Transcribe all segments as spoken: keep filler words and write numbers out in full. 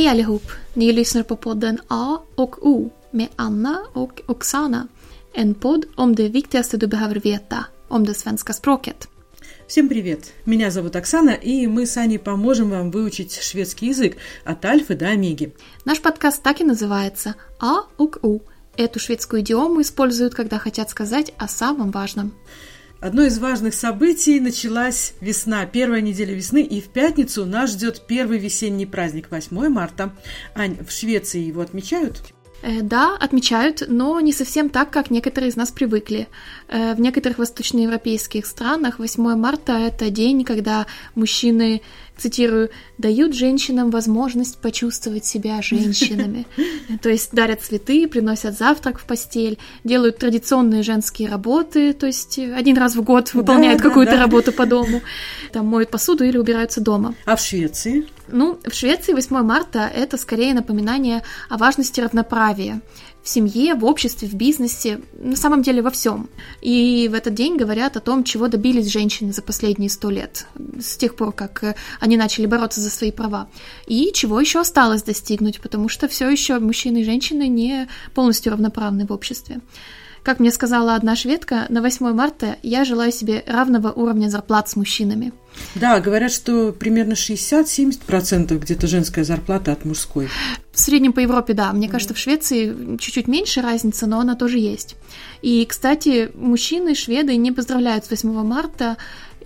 Hej allihop! Ni lyssnar på podden A och O med Anna och Oksana. En podd om det viktigaste du behöver veta om det svenska språket. Всем привет! Меня зовут Оксана, и мы с Аней поможем вам выучить шведский язык от альфы до омеги. Наш подкаст так и называется «А och O». Эту шведскую идиому используют, когда хотят сказать о самом важном. Одно из важных событий — началась весна, первая неделя весны, и в пятницу нас ждет первый весенний праздник, восьмое марта. Ань, в Швеции его отмечают? Да, отмечают, но не совсем так, как некоторые из нас привыкли. В некоторых восточноевропейских странах восьмое марта – это день, когда мужчины, цитирую, «дают женщинам возможность почувствовать себя женщинами». То есть дарят цветы, приносят завтрак в постель, делают традиционные женские работы, то есть один раз в год выполняют да, какую-то да, да. работу по дому, там моют посуду или убираются дома. А в Швеции? Ну, в Швеции восьмое марта – это скорее напоминание о важности равноправия в семье, в обществе, в бизнесе, на самом деле во всем. И в этот день говорят о том, чего добились женщины за последние сто лет, с тех пор, как они начали бороться за свои права, и чего еще осталось достигнуть, потому что все еще мужчины и женщины не полностью равноправны в обществе. Как мне сказала одна шведка, на восьмое марта я желаю себе равного уровня зарплат с мужчинами. Да, говорят, что примерно шестьдесят-семьдесят процентов где-то женская зарплата от мужской. В среднем по Европе, да. Мне кажется, в Швеции чуть-чуть меньше разница, но она тоже есть. И, кстати, мужчины, шведы не поздравляют с восьмое марта.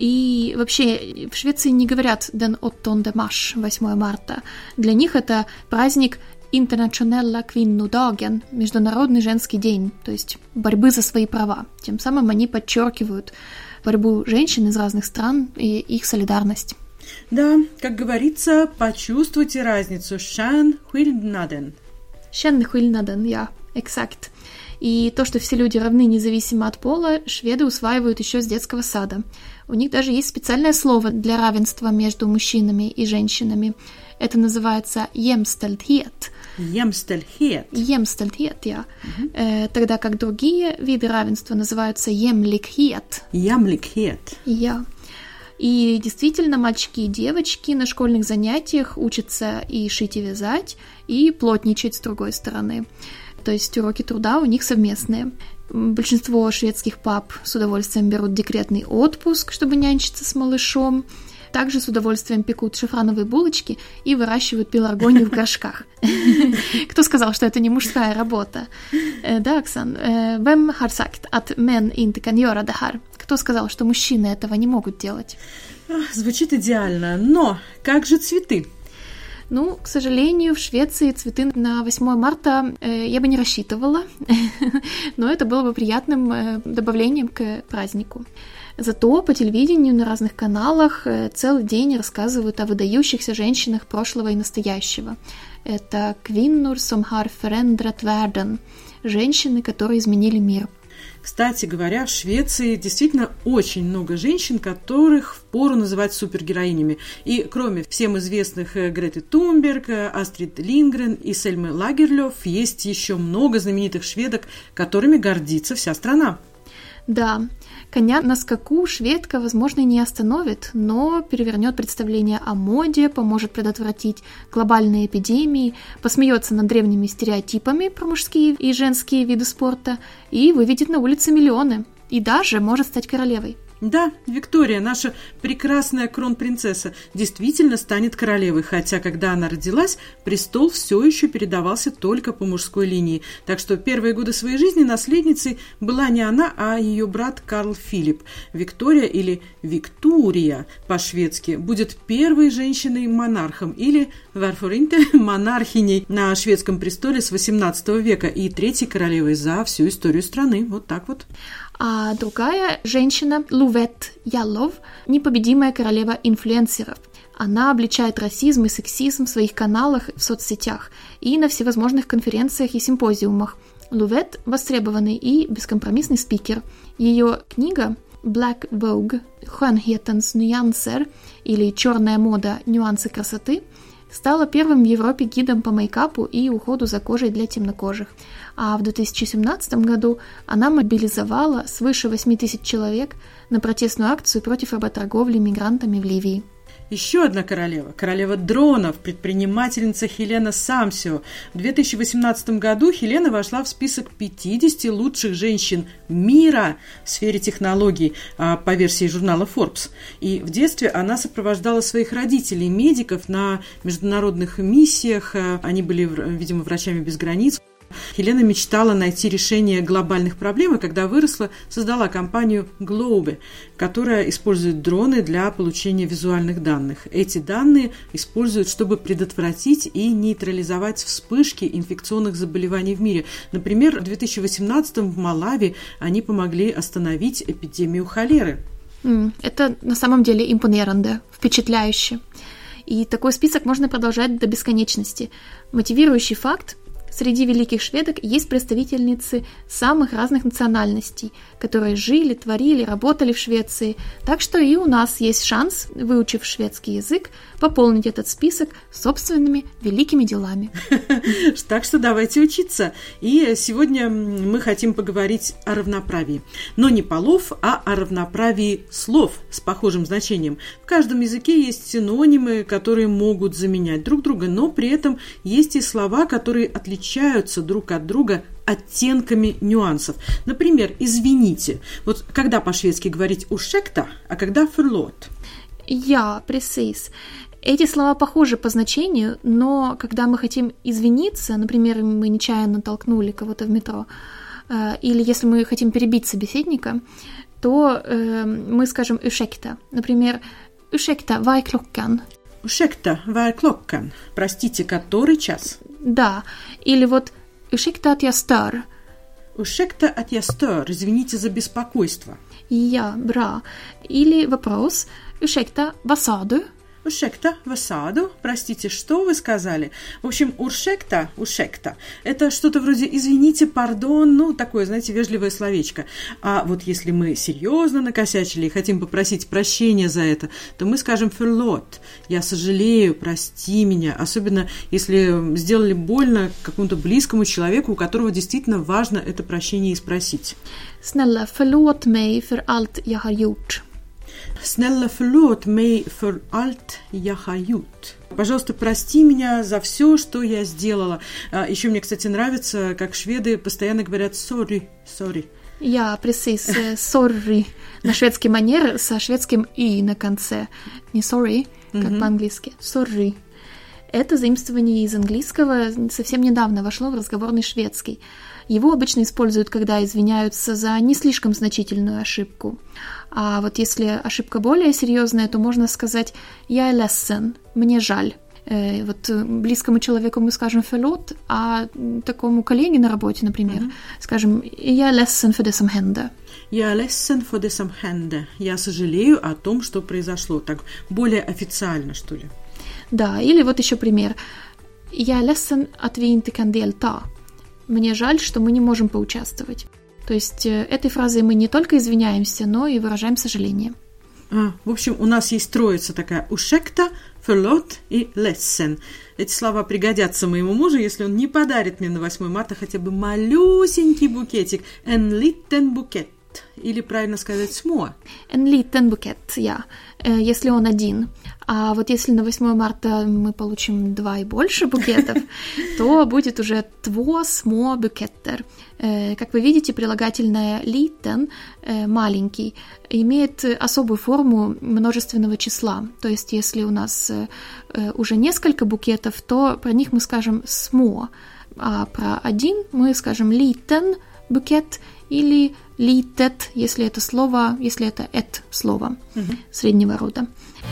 И вообще в Швеции не говорят «den åttonde mars», восьмое марта. Для них это праздник Internationella kvinnodagen, Международный женский день, то есть борьбы за свои права. Тем самым они подчеркивают борьбу женщин из разных стран и их солидарность. Да, как говорится, почувствуйте разницу. Känn skillnaden. Känn skillnaden, ja, exakt. И то, что все люди равны независимо от пола, шведы усваивают еще с детского сада. У них даже есть специальное слово для равенства между мужчинами и женщинами. Это называется jämställdhet. Jämställdhet. Jämställdhet, ja. Угу. Э, тогда как другие виды равенства называются jämlikhet. Jämlikhet. Ja. И действительно, мальчики и девочки на школьных занятиях учатся и шить, и вязать, и плотничать с другой стороны. То есть уроки труда у них совместные. Большинство шведских пап с удовольствием берут декретный отпуск, чтобы нянчиться с малышом. Также с удовольствием пекут шафрановые булочки и выращивают пеларгонию в горшках. Кто сказал, что это не мужская работа? Да, Оксан. Vem har sagt att män inte kan göra det här? Кто сказал, что мужчины этого не могут делать? Звучит идеально, но как же цветы? Ну, к сожалению, в Швеции цветы на восьмое марта э, я бы не рассчитывала, но это было бы приятным э, добавлением к празднику. Зато по телевидению на разных каналах э, целый день рассказывают о выдающихся женщинах прошлого и настоящего. Это «Kvinnor som har förändrat världen» – женщины, которые изменили мир. Кстати говоря, в Швеции действительно очень много женщин, которых впору называть супергероинями. И кроме всем известных Греты Тунберг, Астрид Линдгрен и Сельмы Лагерлёф, есть еще много знаменитых шведок, которыми гордится вся страна. Да, коня на скаку шведка, возможно, не остановит, но перевернет представление о моде, поможет предотвратить глобальные эпидемии, посмеется над древними стереотипами про мужские и женские виды спорта и выведет на улицы миллионы, и даже может стать королевой. Да, Виктория, наша прекрасная кронпринцесса, действительно станет королевой, хотя, когда она родилась, престол все еще передавался только по мужской линии. Так что первые годы своей жизни наследницей была не она, а ее брат Карл Филипп. Виктория или Виктория по-шведски будет первой женщиной-монархом или, varför inte, монархиней на шведском престоле с восемнадцатого века и третьей королевой за всю историю страны. Вот так вот. А другая женщина, Лувет Яллов, непобедимая королева инфлюенсеров. Она обличает расизм и сексизм в своих каналах в соцсетях и на всевозможных конференциях и симпозиумах. Лувет – востребованный и бескомпромиссный спикер. Ее книга Black Vogue – Skönhetens nyanser или «Черная мода. Нюансы красоты» стала первым в Европе гидом по мейкапу и уходу за кожей для темнокожих. А в две тысячи семнадцатом году она мобилизовала свыше восемь тысяч человек на протестную акцию против работорговли мигрантами в Ливии. Еще одна королева, королева дронов, предпринимательница Хелена Самсио. В две тысячи восемнадцатом году Хелена вошла в список пятидесяти лучших женщин мира в сфере технологий по версии журнала Forbes. И в детстве она сопровождала своих родителей, медиков, на международных миссиях. Они были, видимо, врачами без границ. Хелена мечтала найти решение глобальных проблем, и когда выросла, создала компанию Globe, которая использует дроны для получения визуальных данных. Эти данные используют, чтобы предотвратить и нейтрализовать вспышки инфекционных заболеваний в мире. Например, в две тысячи восемнадцатом в Малави они помогли остановить эпидемию холеры. Это на самом деле импонирующе, впечатляюще. И такой список можно продолжать до бесконечности. Мотивирующий факт: среди великих шведок есть представительницы самых разных национальностей, которые жили, творили, работали в Швеции. Так что и у нас есть шанс, выучив шведский язык, пополнить этот список собственными великими делами. Так что давайте учиться. И сегодня мы хотим поговорить о равноправии. Но не полов, а о равноправии слов с похожим значением. В каждом языке есть синонимы, которые могут заменять друг друга, но при этом есть и слова, которые отличаются друг от друга оттенками нюансов. Например, «извините». Вот когда по-шведски говорить «урsäkta», а когда «förlåt»? Ja, precis. Эти слова похожи по значению, но когда мы хотим извиниться, например, мы нечаянно толкнули кого-то в метро, или если мы хотим перебить собеседника, то э, мы скажем «ursäkta». Например, «ursäkta, vad är klockan?» «Ursäkta, vad är klockan?» Простите, который час? Да, или вот «ursäkta att jag stör». «Ursäkta att jag stör», извините за беспокойство. Ja, bra. Или вопрос «ursäkta, vad sa du?» «Ursäkta, vad sa du?» Простите, что вы сказали? В общем, «ursäkta», «ursäkta» – это что-то вроде «извините», «пардон», ну, такое, знаете, вежливое словечко. А вот если мы серьезно накосячили и хотим попросить прощения за это, то мы скажем «förlåt», «я сожалею, прости меня», особенно если сделали больно какому-то близкому человеку, у которого действительно важно это прощение и спросить. «Snälla, förlåt mig för allt jag har gjort». «Snälla, förlåt mig för allt jag har gjort». Пожалуйста, прости меня за все, что я сделала. Еще мне, кстати, нравится, как шведы постоянно говорят «sorry», «sorry». Ja, precis. Sorry. На шведский манер со шведским «и» на конце. Не sorry, как mm-hmm. по-английски. Sorry. Это заимствование из английского совсем недавно вошло в разговорный шведский. Его обычно используют, когда извиняются за не слишком значительную ошибку. А вот если ошибка более серьезная, то можно сказать «я är ledsen», «мне жаль». Э, вот близкому человеку мы скажем «förlåt», а такому коллеге на работе, например, mm-hmm. скажем «я är ledsen för det som hände». «Я är ledsen för det som hände». Я сожалею о том, что произошло. Так более официально, что ли. Да, или вот еще пример. «Я är ledsen att vi inte kan delta». Мне жаль, что мы не можем поучаствовать. То есть этой фразой мы не только извиняемся, но и выражаем сожаление. А, в общем, у нас есть троица такая: «ursäkta», «förlåt» и «ledsen». Эти слова пригодятся моему мужу, если он не подарит мне на восьмое марта хотя бы малюсенький букетик. «En liten bukett». Или, правильно сказать, «små». «En liten bukett», ja. Если он один. А вот если на восьмое марта мы получим два и больше букетов, то будет уже «två små buketter». Как вы видите, прилагательное «liten», «маленький», имеет особую форму множественного числа. То есть, если у нас уже несколько букетов, то про них мы скажем «små», а про один мы скажем «liten букет» или «litet», если это слово, если это «et» слово угу. среднего рода.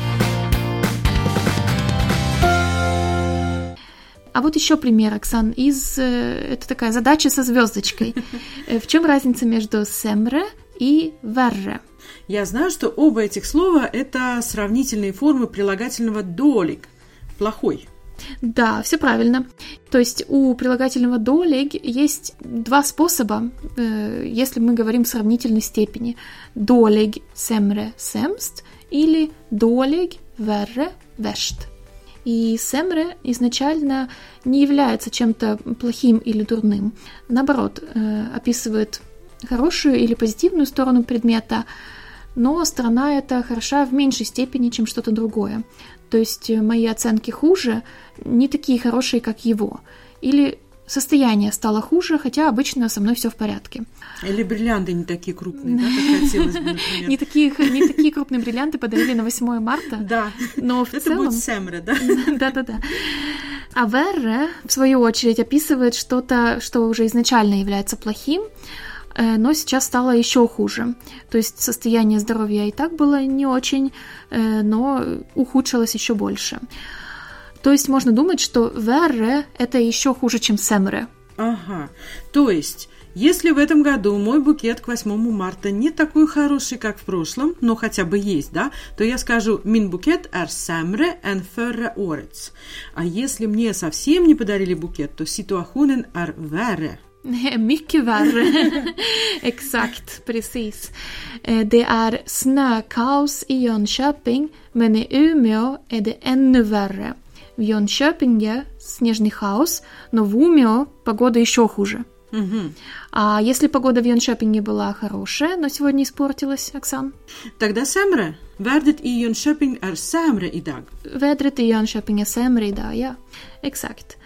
А вот еще пример, Оксан, из... Это такая задача со звездочкой. В чем разница между «sämre» и «värre»? Я знаю, что оба этих слова – это сравнительные формы прилагательного «dålig» – «плохой». Да, все правильно. То есть у прилагательного «dålig» есть два способа, если мы говорим в сравнительной степени. «Dålig», «sämre», «sämst» или «dålig», «värre», «värst». И «sämre» изначально не является чем-то плохим или дурным. Наоборот, описывает хорошую или позитивную сторону предмета. но сторона эта хороша в меньшей степени, чем что-то другое. То есть мои оценки хуже, не такие хорошие, как его. Или состояние стало хуже, хотя обычно со мной все в порядке. Или бриллианты не такие крупные, да, как хотелось бы, например. Не такие, не такие крупные бриллианты подарили на восьмое марта. Да, но в это целом... будет Семре, да? Да-да-да. А верре, в свою очередь, описывает что-то, что уже изначально является плохим, но сейчас стало еще хуже. То есть состояние здоровья и так было не очень, но ухудшилось еще больше. То есть можно думать, что верре – это еще хуже, чем семре. Ага, то есть, если в этом году мой букет к восьмому марта не такой хороший, как в прошлом, но хотя бы есть, да, то я скажу «Min bukett är sämre än förra årets». А если мне совсем не подарили букет, то «Situationen är värre». Mycket värre. Exakt, precis. Det är snökaos i Jönköping, men i Umeå är det ännu värre. В Jönköpinге снежный хаос, но в Умео погода еще хуже. Угу. А если погода в Jönköpinge была хорошая, но сегодня испортилась, Оксан? Тогда sämre. Vädret i Jönköping är sämre idag. Vädret i Jönköping är sämre idag, ja. Exakt.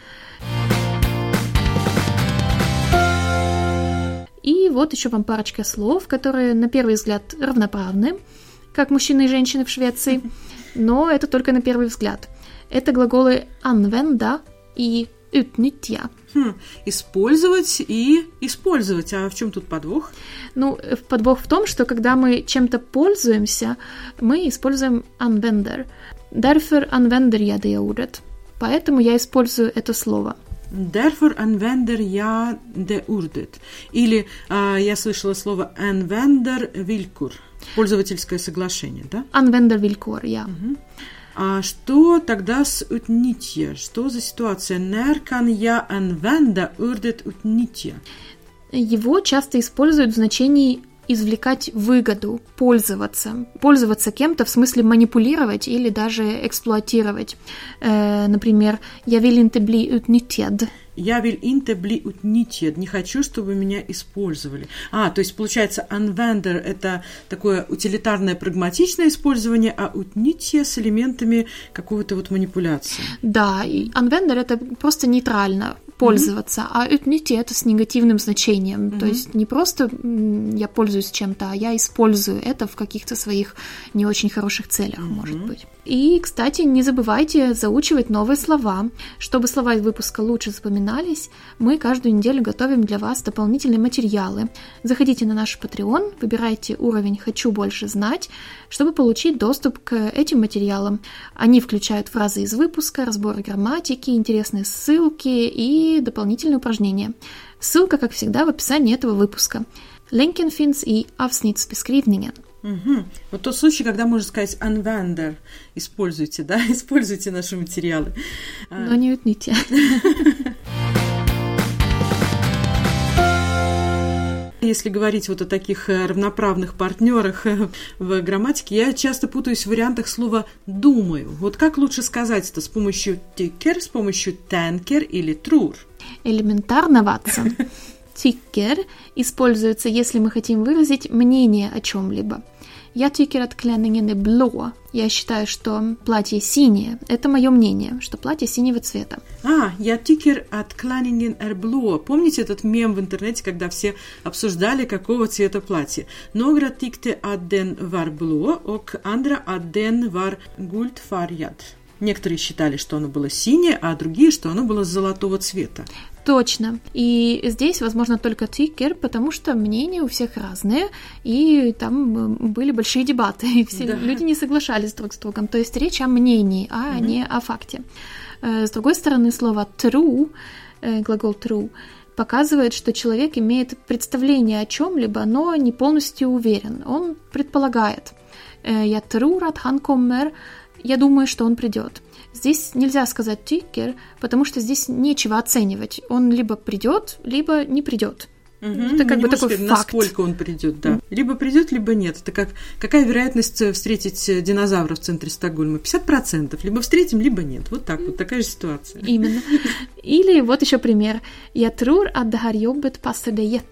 И вот еще вам парочка слов, которые на первый взгляд равноправны, как мужчины и женщины в Швеции, но это только на первый взгляд. Это глаголы använda и utnyttja. Хм, использовать и использовать. А в чем тут подвох? Ну, подвох в том, что когда мы чем-то пользуемся, мы используем använder. Därför använder jag det ordet. Поэтому я использую это слово. Därför använder jag det ordet. Или а, я слышала слово användarvillkor. Пользовательское соглашение, да? Användarvillkor, ja. Угу. А что тогда с utnyttja? Что за ситуация? När kan jag använda ordet utnyttja? Его часто используют в значении извлекать выгоду, пользоваться. Пользоваться кем-то в смысле манипулировать или даже эксплуатировать. Э, например, «Jag vill inte bli utnyttjad». Я vill inte bli utnyttjad. Не хочу, чтобы меня использовали. А, то есть, получается, använder – это такое утилитарное, прагматичное использование, а utnyttja с элементами какого-то вот манипуляции. Да, и använder – это просто нейтрально пользоваться, mm-hmm. а utnyttja – это с негативным значением. Mm-hmm. То есть, не просто я пользуюсь чем-то, а я использую это в каких-то своих не очень хороших целях, mm-hmm. может быть. И, кстати, не забывайте заучивать новые слова. Чтобы слова из выпуска лучше запоминались, мы каждую неделю готовим для вас дополнительные материалы. Заходите на наш Patreon, выбирайте уровень «Хочу больше знать», чтобы получить доступ к этим материалам. Они включают фразы из выпуска, разборы грамматики, интересные ссылки и дополнительные упражнения. Ссылка, как всегда, в описании этого выпуска. Länken finns i avsnittsbeskrivningen. Угу. Вот тот случай, когда можно сказать använder, используйте, да, используйте наши материалы. Но не utnyttja. Если говорить вот о таких равноправных партнерах в грамматике, я часто путаюсь в вариантах слова «думаю». Вот как лучше сказать это? С помощью tycker, с помощью tänker или tror? Элементарно, Ватсон. Tycker используется, если мы хотим выразить мнение о чем-либо. Я tycker att klänningen är blå. Я считаю, что платье синее. Это мое мнение, что платье синего цвета. А, я tycker att klänningen är blå. Помните этот мем в интернете, когда все обсуждали, какого цвета платье? Några tyckte att den var blå och andra att den var guldfärgad. Некоторые считали, что оно было синее, а другие, что оно было золотого цвета. Точно. И здесь, возможно, только tycker, потому что мнения у всех разные, и там были большие дебаты, и все да. люди не соглашались друг с другом. То есть речь о мнении, а mm-hmm. не о факте. С другой стороны, слово true, глагол true, показывает, что человек имеет представление о чем-либо, но не полностью уверен. Он предполагает. Я tror att han kommer, я думаю, что он придет. Здесь нельзя сказать tycker, потому что здесь нечего оценивать. Он либо придет, либо не придет. Угу, это как бы такой сказать, факт. Насколько он придет, да. Mm. Либо придет, либо нет. Это как какая вероятность встретить динозавра в центре Стокгольма? пятьдесят процентов. Либо встретим, либо нет. Вот так вот, такая же ситуация. Именно. Или вот еще пример. Я tror att det här jobbet passar dig jättebra.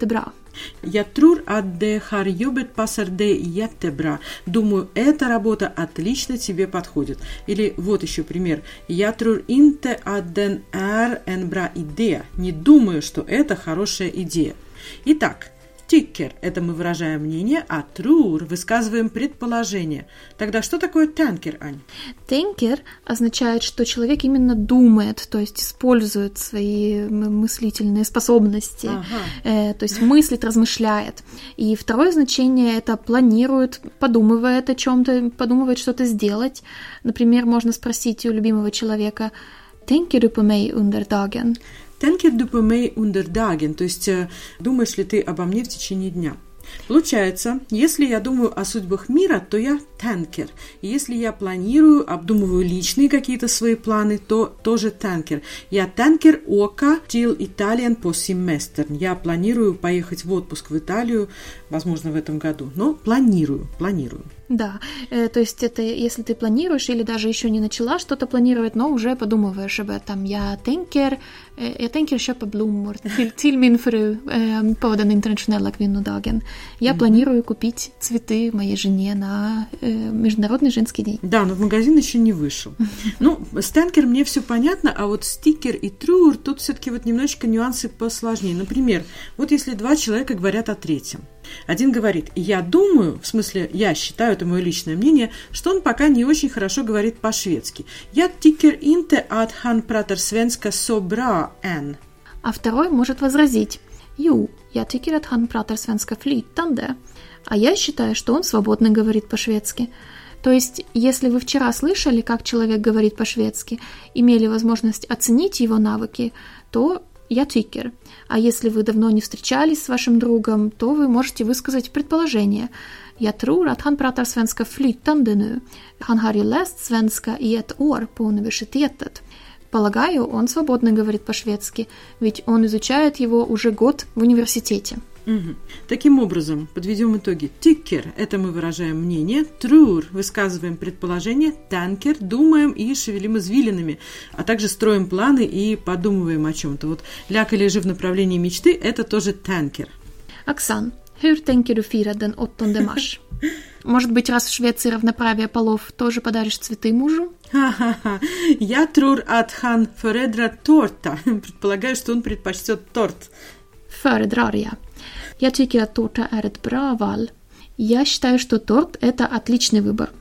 Я tror att det här jobbet passar dig jättebra. Думаю, эта работа отлично тебе подходит. Или вот еще пример. Я tror inte att den är en bra idé. Не думаю, что это хорошая идея. Итак, tycker – это мы выражаем мнение, а tror – высказываем предположение. Тогда что такое tänker, Ань? Tänker означает, что человек именно думает, то есть использует свои мыслительные способности, Ага. э, то есть мыслит, размышляет. И второе значение – это планирует, подумывает о чем-то, подумывает что-то сделать. Например, можно спросить у любимого человека «Tänker du på mig under dagen?» Tänker du på mig under dagen, то есть думаешь ли ты обо мне в течение дня? Получается, если я думаю о судьбах мира, то я tänker. Если я планирую, обдумываю личные какие-то свои планы, то тоже tänker. Я tänker åka till Italien på semestern. Я планирую поехать в отпуск в Италию, возможно, в этом году, но планирую, планирую. Да, э, то есть это если ты планируешь или даже еще не начала что-то планировать, но уже подумываешь об этом. Я tänker, э, jag tänker köpa blommor till, till min fru э, på den internationella kvinnodagen. Я mm-hmm. планирую купить цветы моей жене на э, Международный женский день. Да, но в магазин еще не вышел. Ну, с tänker мне все понятно, а вот с tycker и tror тут все-таки вот немножечко нюансы посложнее. Например, вот если два человека говорят о третьем. Один говорит, я думаю, в смысле, я считаю, это мое личное мнение, что он пока не очень хорошо говорит по-шведски. Я tycker inte att han pratar svenska så bra än. А второй может возразить, jo, jag tycker att han pratar svenska flytande. А я считаю, что он свободно говорит по-шведски. То есть, если вы вчера слышали, как человек говорит по-шведски, имели возможность оценить его навыки, то я tycker. А если вы давно не встречались с вашим другом, то вы можете высказать предположение. Jag tror att han pratar svenska flytande nu. Han har ju läst svenska i ett år på universitetet. Полагаю, он свободно говорит по-шведски, ведь он изучает его уже год в университете. Угу. Таким образом, подведем итоги. Tycker – это мы выражаем мнение, tror – высказываем предположение, tänker – думаем и шевелим извилинами, а также строим планы и подумываем о чем-то. Вот ляг и лежи в направлении мечты – это тоже tänker. Оксан, hur tänker du fira den åttonde mars? Может быть, раз в Швеции равноправие полов, тоже подаришь цветы мужу? Ха-ха-ха. Я tror att han föredrar tårta. Предполагаю, что он предпочтет торт. Föredrar я. Я tycker att tårta är ett bra val. Я считаю, что торт – это отличный выбор.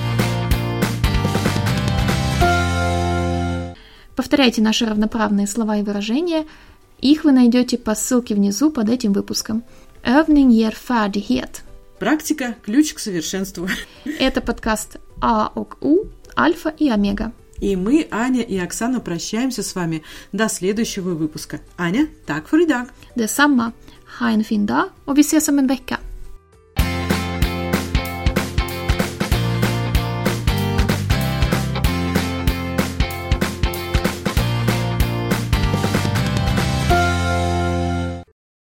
Повторяйте наши равноправные слова и выражения. Их вы найдете по ссылке внизу под этим выпуском. Övning ger färdighet. Практика – ключ к совершенству. Это подкаст А och У, Альфа и Омега. И мы, Аня и Оксана, прощаемся с вами до следующего выпуска. Аня, tack för idag. Detsamma. Ha en fin dag och vi ses om en vecka.